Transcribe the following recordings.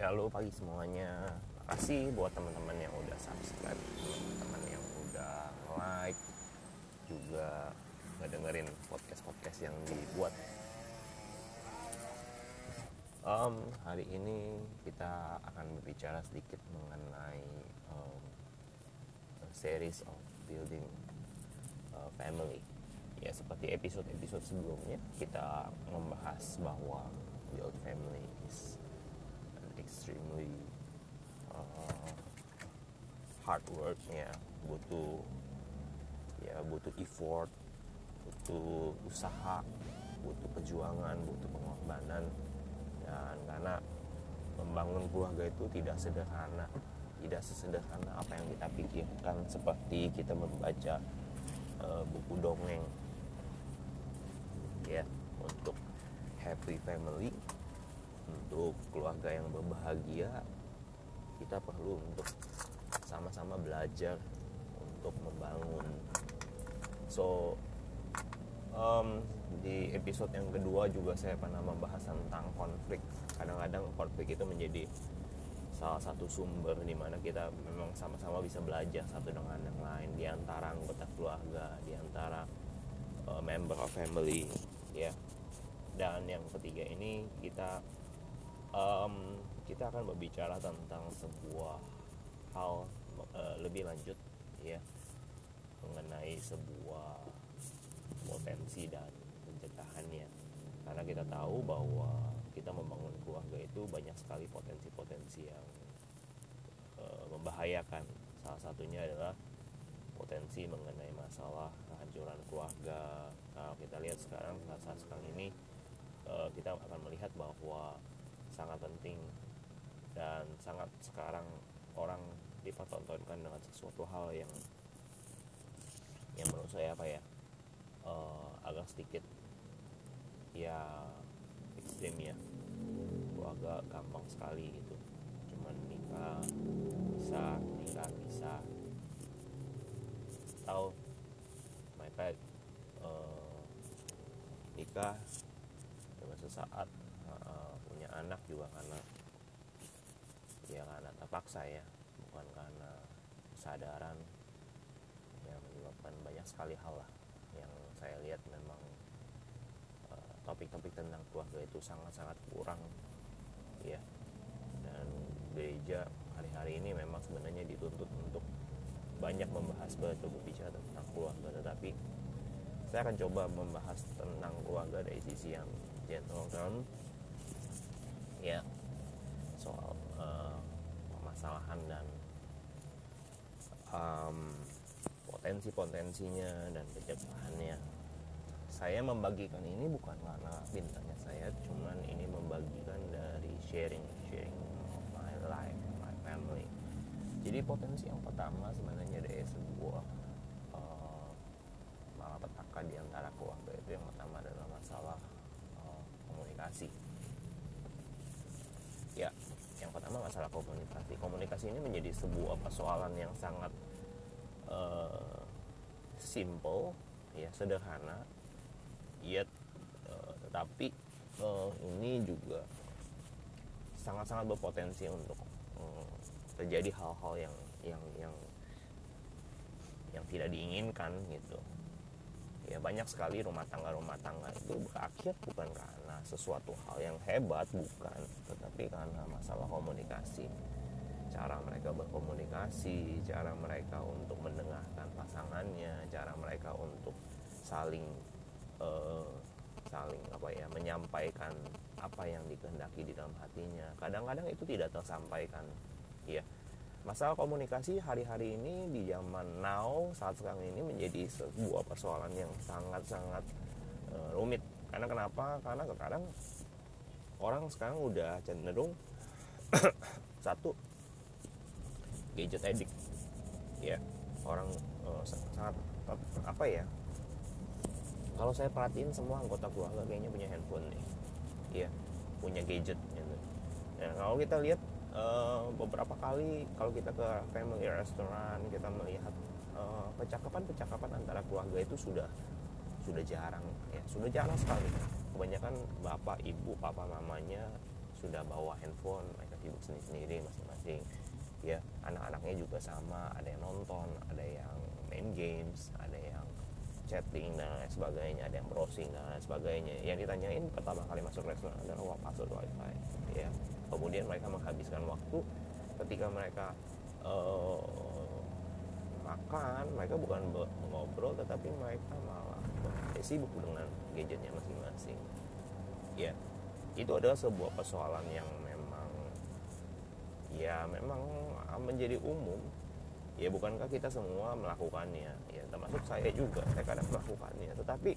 Halo pagi semuanya. Makasih buat teman-teman yang udah subscribe, teman-teman yang udah like, juga ngedengerin podcast yang dibuat. Hari ini kita akan berbicara sedikit mengenai series of building a family. Ya, seperti episode-episode sebelumnya, kita membahas bahwa build family is extremely hard work ya, butuh effort, butuh usaha, butuh perjuangan, butuh pengorbanan. Dan karena membangun keluarga itu tidak sesederhana apa yang kita pikirkan, seperti kita membaca buku dongeng ya. Untuk happy family, untuk keluarga yang berbahagia, kita perlu untuk sama-sama belajar untuk membangun. Di episode yang kedua juga saya pernah membahas tentang konflik. Kadang-kadang konflik itu menjadi salah satu sumber di mana kita memang sama-sama bisa belajar satu dengan yang lain, di antara anggota keluarga, di antara member of family ya. Dan yang ketiga ini kita akan berbicara tentang sebuah hal lebih lanjut ya, mengenai sebuah potensi dan pencegahannya. Karena kita tahu bahwa kita membangun keluarga itu banyak sekali potensi-potensi yang membahayakan. Salah satunya adalah potensi mengenai masalah kehancuran keluarga. Kalau kita lihat sekarang, saat sekarang ini kita akan melihat bahwa sangat penting dan sangat sekarang orang dipertontonkan dengan sesuatu hal yang menurut saya agak sedikit ya ekstrim ya. Keluarga gampang sekali gitu, cuman nikah bisa atau mereka nikah dengan sesaat, punya anak juga karena terpaksa ya, bukan karena kesadaran, yang menyebabkan banyak sekali hal lah yang saya lihat. Memang topik-topik tentang keluarga itu sangat-sangat kurang ya, dan gereja hari-hari ini memang sebenarnya dituntut untuk banyak membahas berbicara tentang keluarga, tetapi saya akan coba membahas tentang keluarga dari sisi yang general term ya, soal permasalahan dan potensi-potensinya dan pencegahannya. Saya membagikan ini bukan karena bintangnya saya, cuman ini membagikan dari sharing of my life, my family. Jadi potensi yang pertama sebenarnya dari sebuah malapetaka di antara keluarga itu, yang pertama adalah masalah komunikasi. Ya, yang pertama masalah komunikasi. Komunikasi ini menjadi sebuah persoalan yang sangat simple ya, sederhana ya, tetapi ini juga sangat-sangat berpotensi untuk terjadi hal-hal yang tidak diinginkan gitu ya. Banyak sekali rumah tangga itu berakhir bukan karena sesuatu hal yang hebat, bukan, tetapi karena masalah komunikasi. Cara mereka berkomunikasi, cara mereka untuk mendengarkan pasangannya, cara mereka untuk saling menyampaikan apa yang dikehendaki di dalam hatinya. Kadang-kadang itu tidak tersampaikan ya. Masalah komunikasi hari-hari ini di zaman now, saat sekarang ini, menjadi sebuah persoalan yang sangat-sangat rumit. Karena kenapa? Karena sekarang orang sekarang udah cenderung satu, gadget addict ya. Orang sangat kalau saya perhatiin semua anggota keluarga kayaknya punya handphone nih ya, punya gadget gitu. Nah, kalau kita lihat beberapa kali kalau kita ke family restaurant, kita melihat percakapan antara keluarga itu sudah jarang ya, sudah jarang sekali. Kebanyakan bapak, ibu, papa, mamanya sudah bawa handphone, mereka sibuk sendiri masing-masing ya. Anak-anaknya juga sama, ada yang nonton, ada yang main games, ada yang chatting dan lain sebagainya, ada yang browsing dan lain sebagainya. Yang ditanyain pertama kali masuk restoran adalah password wifi ya. Kemudian mereka menghabiskan waktu ketika mereka makan, mereka bukan ngobrol tetapi mereka malah sibuk dengan gadgetnya masing-masing ya. Itu adalah sebuah persoalan yang memang menjadi umum ya. Bukankah kita semua melakukannya ya, termasuk saya juga, saya kadang melakukannya. Tetapi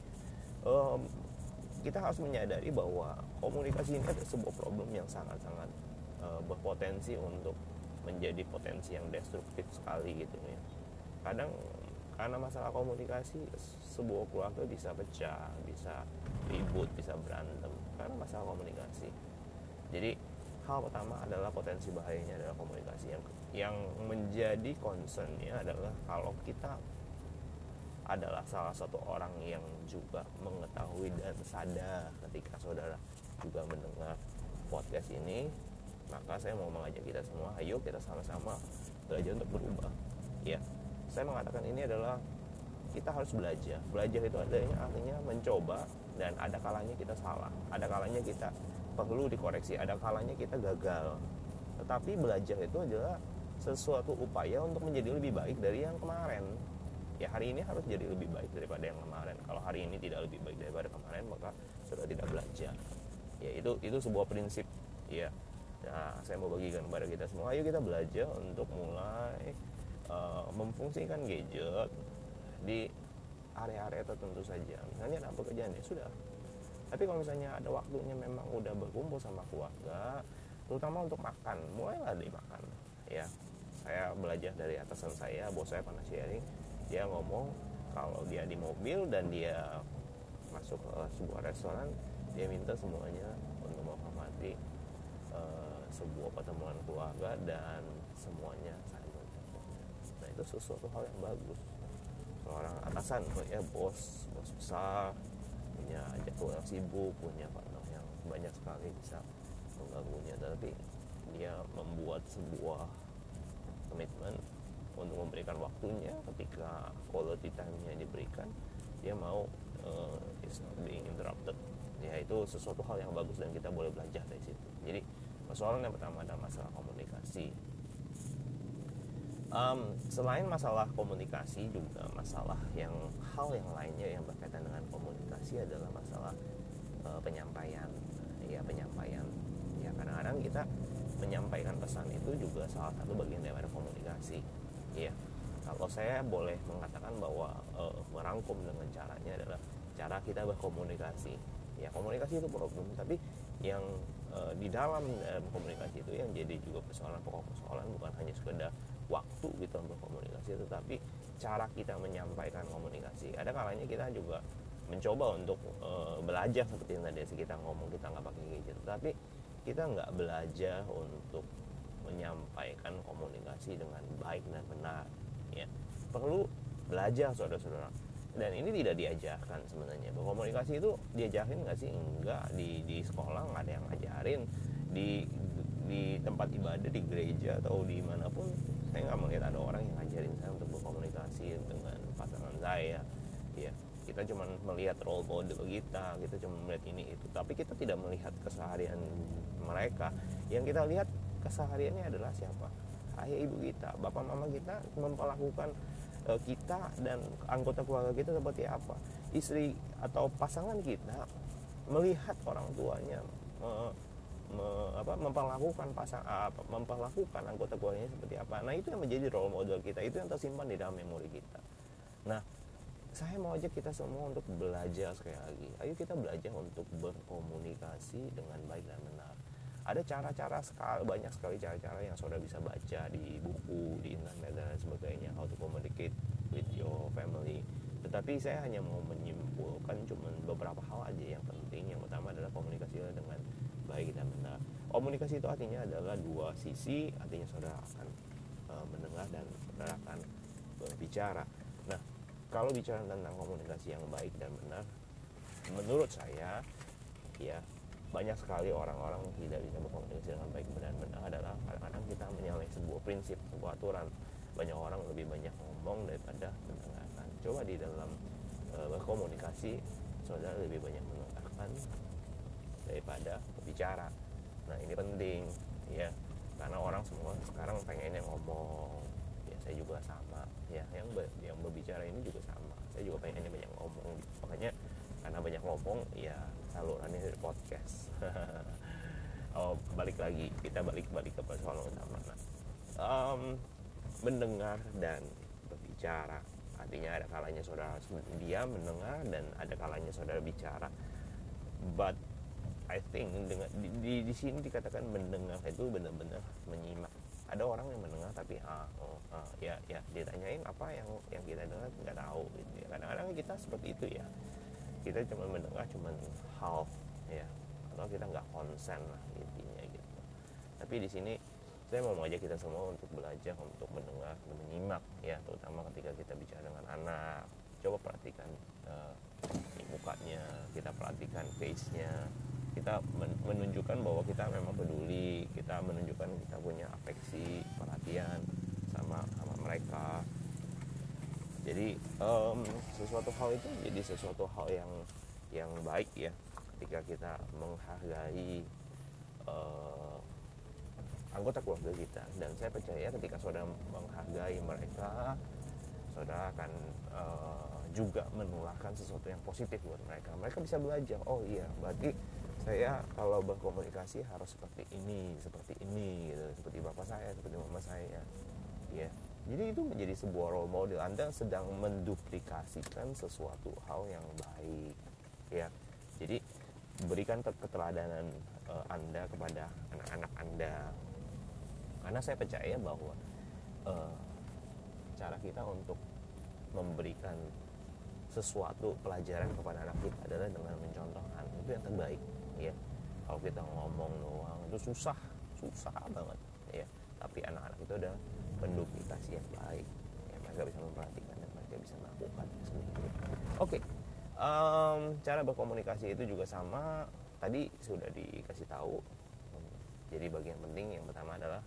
kita harus menyadari bahwa komunikasi ini adalah sebuah problem yang sangat-sangat berpotensi untuk menjadi potensi yang destruktif sekali gitu ya. Kadang karena masalah komunikasi sebuah keluarga bisa pecah, bisa ribut, bisa berantem karena masalah komunikasi. Jadi hal pertama adalah potensi bahayanya adalah komunikasi. Yang menjadi concernnya adalah kalau kita adalah salah satu orang yang juga mengetahui dan sadar ketika saudara juga mendengar podcast ini, maka saya mau mengajak kita semua, ayo kita sama-sama belajar untuk berubah ya. Saya mengatakan ini adalah kita harus belajar. Belajar itu artinya mencoba, dan ada kalanya kita salah, ada kalanya kita perlu dikoreksi, ada kalanya kita gagal. Tetapi belajar itu adalah sesuatu upaya untuk menjadi lebih baik dari yang kemarin. Ya, hari ini harus jadi lebih baik daripada yang kemarin. Kalau hari ini tidak lebih baik daripada kemarin, maka sudah tidak belajar. Ya, itu sebuah prinsip ya. Nah, saya mau bagikan kepada kita semua, ayo kita belajar untuk mulai memfungsikan gadget di area-area tertentu saja. Misalnya ada pekerjaan ya sudah. Tapi kalau misalnya ada waktunya memang udah berkumpul sama keluarga, terutama untuk makan, mulailah dari makan ya. Saya belajar dari atasan saya, bos saya pernah sharing, dia ngomong kalau dia di mobil dan dia masuk ke sebuah restoran, dia minta semuanya untuk menghormati sebuah pertemuan keluarga dan semuanya saling menjaga. Nah, itu sesuatu hal yang bagus. Seorang atasan ya, bos besar, punya jadwal yang sibuk, punya partner yang banyak sekali bisa mengganggunya, tapi dia membuat sebuah komitmen untuk memberikan waktunya. Ketika quality time-nya diberikan, dia mau is not being interrupted ya. Itu sesuatu hal yang bagus dan kita boleh belajar dari situ. Jadi persoalan yang pertama adalah masalah komunikasi. Selain masalah komunikasi, juga masalah hal yang lainnya yang berkaitan dengan komunikasi adalah masalah penyampaian ya. Kadang-kadang kita menyampaikan pesan itu juga salah satu bagian dari komunikasi ya. Kalau saya boleh mengatakan bahwa merangkum dengan caranya adalah cara kita berkomunikasi ya. Komunikasi itu problem, tapi yang di dalam komunikasi itu yang jadi juga pokok persoalan bukan hanya sekedar waktu kita berkomunikasi, tetapi cara kita menyampaikan komunikasi. Ada kalanya kita juga mencoba untuk belajar seperti yang tadi kita ngomong, kita nggak pakai gadget, tapi kita nggak belajar untuk menyampaikan komunikasi dengan baik dan benar ya. Perlu belajar saudara-saudara, dan ini tidak diajarkan sebenarnya. Berkomunikasi itu diajarin nggak sih? Enggak. Di sekolah nggak ada yang ngajarin, di tempat ibadah, di gereja atau di manapun saya nggak melihat ada orang yang ngajarin saya untuk berkomunikasi dengan pasangan saya ya. Kita cuma melihat role model kita cuma melihat ini itu, tapi kita tidak melihat keseharian mereka. Yang kita lihat kesehariannya adalah siapa? Ayah ibu kita, bapak mama kita memperlakukan kita dan anggota keluarga kita seperti apa. Istri atau pasangan kita melihat orang tuanya memperlakukan anggota keluarganya seperti apa. Nah, itu yang menjadi role model kita, itu yang tersimpan di dalam memori kita. Nah, saya mau ajak kita semua untuk belajar sekali lagi. Ayo kita belajar untuk berkomunikasi dengan baik dan benar. Ada cara-cara banyak sekali cara-cara yang saudara bisa baca di buku, di internet dan lain sebagainya, how to communicate with your family. Tetapi saya hanya mau menyimpulkan cuma beberapa hal aja yang penting. Yang pertama adalah komunikasi dengan baik dan benar. Komunikasi itu artinya adalah dua sisi, artinya saudara akan mendengar dan saudara akan berbicara. Nah, kalau bicara tentang komunikasi yang baik dan benar, menurut saya ya, banyak sekali orang-orang tidak bisa berkomunikasi dengan baik benar-benar adalah kadang-kadang kita menyalahi sebuah prinsip, sebuah aturan. Banyak orang lebih banyak ngomong daripada mendengarkan. Coba di dalam berkomunikasi, saudara lebih banyak mendengarkan daripada berbicara. Nah ini penting ya, karena orang semua sekarang pengennya ngomong. Ya saya juga sama ya, yang berbicara ini juga sama, saya juga pengennya banyak ngomong. Makanya karena banyak ngomong ya salurannya dari podcast. Oh balik lagi, kita balik ke persoalan utama. Mendengar dan berbicara, artinya ada kalanya saudara diam mendengar dan ada kalanya saudara bicara. But I think di sini dikatakan mendengar itu benar-benar menyimak. Ada orang yang mendengar tapi ya ditanyain apa yang kita dengar nggak tahu gitu ya. Kadang-kadang kita seperti itu ya, kita cuma mendengar cuma half ya, atau kita nggak konsen lah intinya gitu. Tapi di sini saya mau mengajak kita semua untuk belajar untuk mendengar dan menyimak ya, terutama ketika kita bicara dengan anak. Coba perhatikan mukanya, kita perhatikan face-nya, kita menunjukkan bahwa kita memang peduli, kita menunjukkan kita punya afeksi, perhatian sama mereka. Jadi sesuatu hal itu jadi sesuatu hal yang baik ya, ketika kita menghargai anggota keluarga kita. Dan saya percaya ketika saudara menghargai mereka, saudara akan juga menularkan sesuatu yang positif buat mereka. Mereka bisa belajar, oh iya berarti saya kalau berkomunikasi harus seperti ini gitu, seperti bapak saya, seperti mama saya ya. Jadi itu menjadi sebuah role model. Anda sedang menduplikasikan sesuatu hal yang baik ya. Jadi berikan keteladanan Anda kepada anak-anak Anda, karena saya percaya bahwa cara kita untuk memberikan sesuatu pelajaran kepada anak kita adalah dengan mencontohkan. Itu yang terbaik ya. Kalau kita ngomong doang itu susah banget ya, tapi anak-anak itu ada penduplikasi yang baik ya, mereka bisa memperhatikan dan mereka bisa melakukan sendiri. Oke. Cara berkomunikasi itu juga sama, tadi sudah dikasih tahu. Jadi bagian penting yang pertama adalah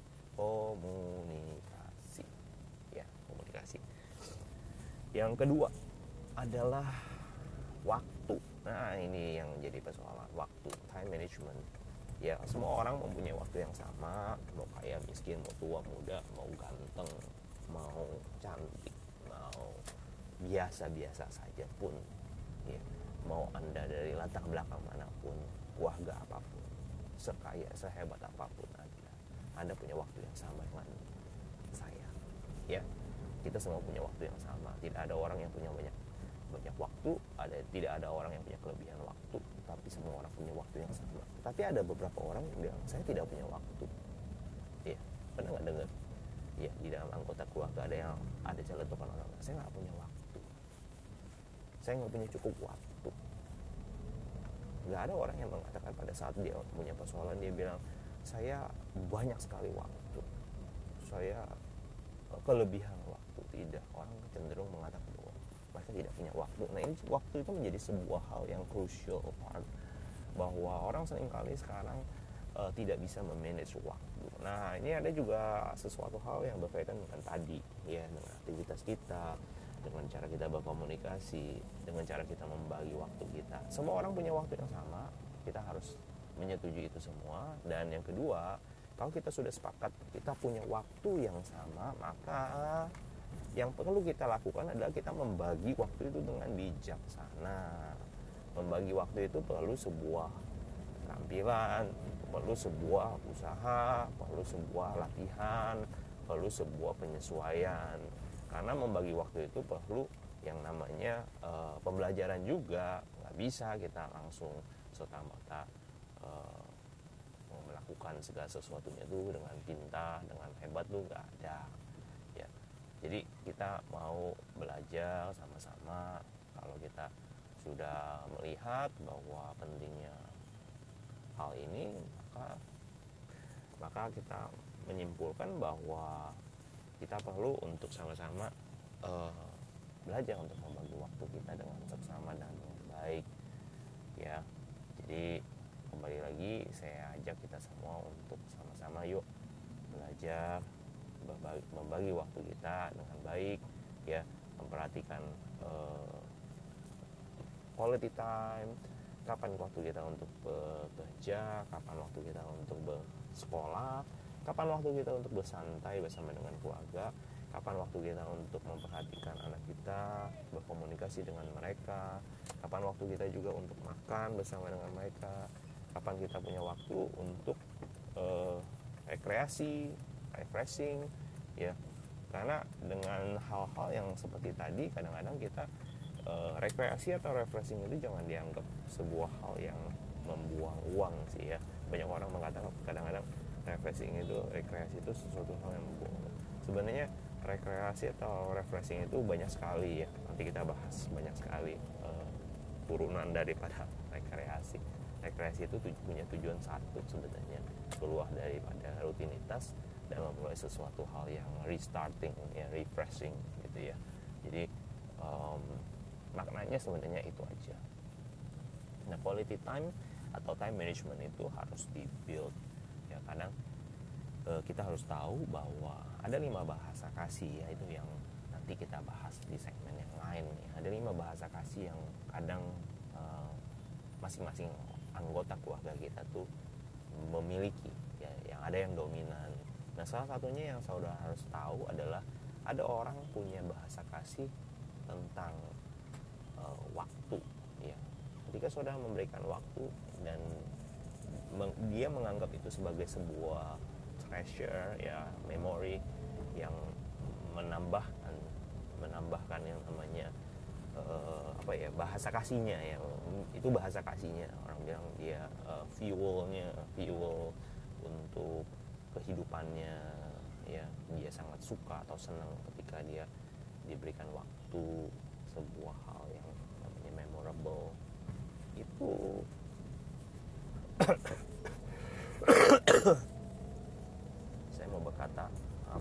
komunikasi ya, komunikasi. Yang kedua adalah waktu. Nah ini yang jadi persoalan, waktu, time management ya. Semua orang mempunyai waktu yang sama, mau kaya miskin, mau tua muda, mau ganteng, mau cantik, mau biasa-biasa saja pun ya, mau Anda dari latar belakang manapun, keluarga apapun, sekaya sehebat apapun Anda punya waktu yang sama dengan saya ya. Kita semua punya waktu yang sama, tidak ada orang yang punya banyak waktu, tidak ada orang yang punya kelebihan waktu, tapi semua orang punya waktu yang sama. Tapi ada beberapa orang yang bilang saya tidak punya waktu ya. Pernah nggak dengar ya, di dalam anggota keluarga ada celetukan orang, saya nggak punya waktu, saya nggak punya cukup waktu. Nggak ada orang yang mengatakan pada saat dia punya persoalan dia bilang saya banyak sekali waktu, saya kelebihan waktu. Tidak, orang cenderung mengatakan bahwa mereka tidak punya waktu. Nah ini waktu itu menjadi sebuah hal yang crucial part, bahwa orang seringkali sekarang tidak bisa memanage waktu. Nah ini ada juga sesuatu hal yang berkaitan dengan tadi ya, dengan aktivitas kita, dengan cara kita berkomunikasi, dengan cara kita membagi waktu kita. Semua orang punya waktu yang sama, kita harus menyetujui itu semua. Dan yang kedua, kalau kita sudah sepakat kita punya waktu yang sama, maka yang perlu kita lakukan adalah kita membagi waktu itu dengan bijaksana. Membagi waktu itu perlu sebuah keterampilan, perlu sebuah usaha, perlu sebuah latihan, perlu sebuah penyesuaian. Karena membagi waktu itu perlu yang namanya pembelajaran juga. Nggak bisa kita langsung serta-merta melakukan segala sesuatunya tuh dengan pintar, dengan hebat tuh nggak ada ya. Jadi kita mau belajar sama-sama. Kalau kita sudah melihat bahwa pentingnya hal ini, maka kita menyimpulkan bahwa kita perlu untuk sama-sama belajar untuk membagi waktu kita dengan seksama dan baik ya. Jadi kembali lagi saya ajak kita semua untuk sama-sama yuk belajar membagi waktu kita dengan baik, ya, memperhatikan quality time, kapan waktu kita untuk bekerja, kapan waktu kita untuk bersekolah, kapan waktu kita untuk bersantai bersama dengan keluarga, kapan waktu kita untuk memperhatikan anak kita, berkomunikasi dengan mereka, kapan waktu kita juga untuk makan bersama dengan mereka, kapan kita punya waktu untuk rekreasi, refreshing, ya. Karena dengan hal-hal yang seperti tadi, kadang-kadang kita rekreasi atau refreshing itu jangan dianggap sebuah hal yang membuang uang sih ya. Banyak orang mengatakan kadang-kadang rekreasi itu sesuatu hal yang membuang uang. Sebenarnya rekreasi atau refreshing itu banyak sekali ya. Nanti kita bahas banyak sekali turunan daripada rekreasi. Rekreasi itu punya tujuan satu sebenarnya, keluar daripada rutinitas dan memulai sesuatu hal yang restarting, ya, refreshing gitu ya. Jadi maknanya sebenarnya itu aja. Nah, quality time atau time management itu harus di-build. Ya, kadang kita harus tahu bahwa ada 5 bahasa kasih, ya, itu yang nanti kita bahas di segmen yang lain nih. Ada 5 bahasa kasih yang kadang masing-masing anggota keluarga kita tuh memiliki, ya, yang ada yang dominan. Nah, salah satunya yang saudara harus tahu adalah ada orang punya bahasa kasih tentang waktu, ya. Ketika saudara memberikan waktu dan dia menganggap itu sebagai sebuah treasure, ya, memory yang menambahkan yang namanya bahasa kasihnya, ya. Itu bahasa kasihnya, orang bilang dia fuel untuk kehidupannya, ya. Dia sangat suka atau senang ketika dia diberikan waktu, sebuah hal yang namanya memorable itu. Saya mau berkata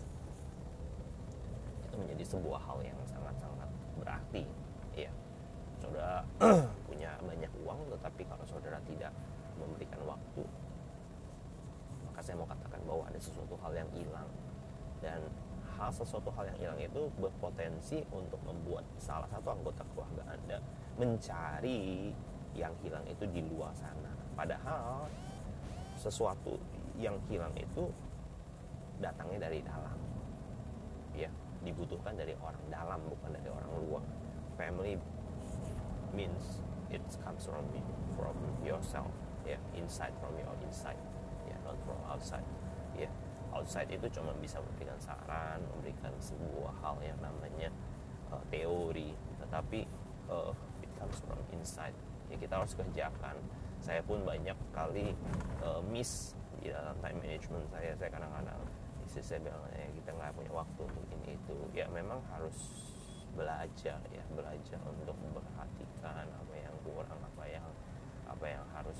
itu menjadi sebuah hal yang sangat-sangat berarti, ya. Saudara punya banyak uang, tetapi kalau saudara tidak memberikan waktu, maka saya mau katakan bahwa ada sesuatu hal yang hilang. Dan sesuatu hal yang hilang itu berpotensi untuk membuat salah satu anggota keluarga Anda mencari yang hilang itu di luar sana. Padahal sesuatu yang hilang itu datangnya dari dalam, ya, dibutuhkan dari orang dalam, bukan dari orang luar. Family means it comes from yourself, ya, inside, from your inside, ya, not from outside, ya. Outside itu cuma bisa memberikan saran, memberikan sebuah hal yang namanya teori, tetapi it comes from inside, ya. Kita harus kerjakan. Saya pun banyak kali miss di dalam time management saya kadang-kadang istri saya bilang, kita nggak punya waktu untuk ini itu, ya. Memang harus belajar untuk memperhatikan apa yang kurang, apa yang harus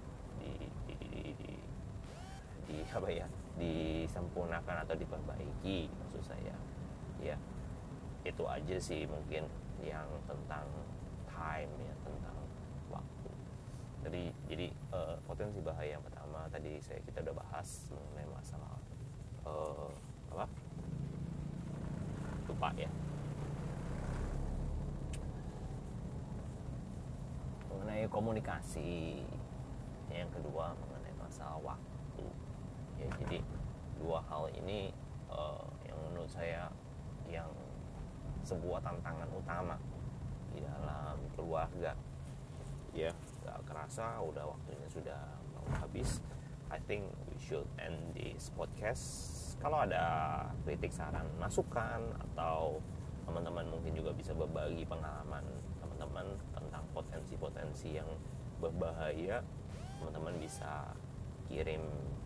disempurnakan atau diperbaiki, maksud saya, ya. Itu aja sih mungkin yang tentang time, ya, tentang waktu. Jadi potensi bahaya yang pertama tadi kita udah bahas mengenai masalah lupa, ya, mengenai komunikasi. Yang kedua mengenai masalah waktu, ya. Jadi 2 hal ini yang menurut saya yang sebuah tantangan utama di dalam keluarga, ya. Gak kerasa udah waktunya sudah mau habis. I think we should end this podcast. Kalau ada kritik, saran, masukan, atau teman-teman mungkin juga bisa berbagi pengalaman teman-teman tentang potensi-potensi yang berbahaya, teman-teman bisa kirim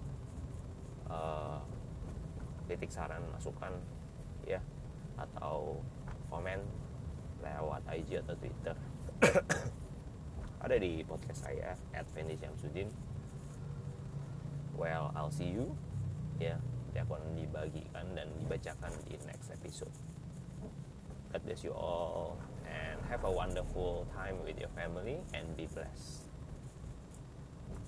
kritik, saran, masukan, ya, atau komen lewat IG atau Twitter. Ada di podcast saya @fendi_syamsuddin. Well, I'll see you, ya. Dia akan dibagikan dan dibacakan di next episode. God bless you all and have a wonderful time with your family and be blessed.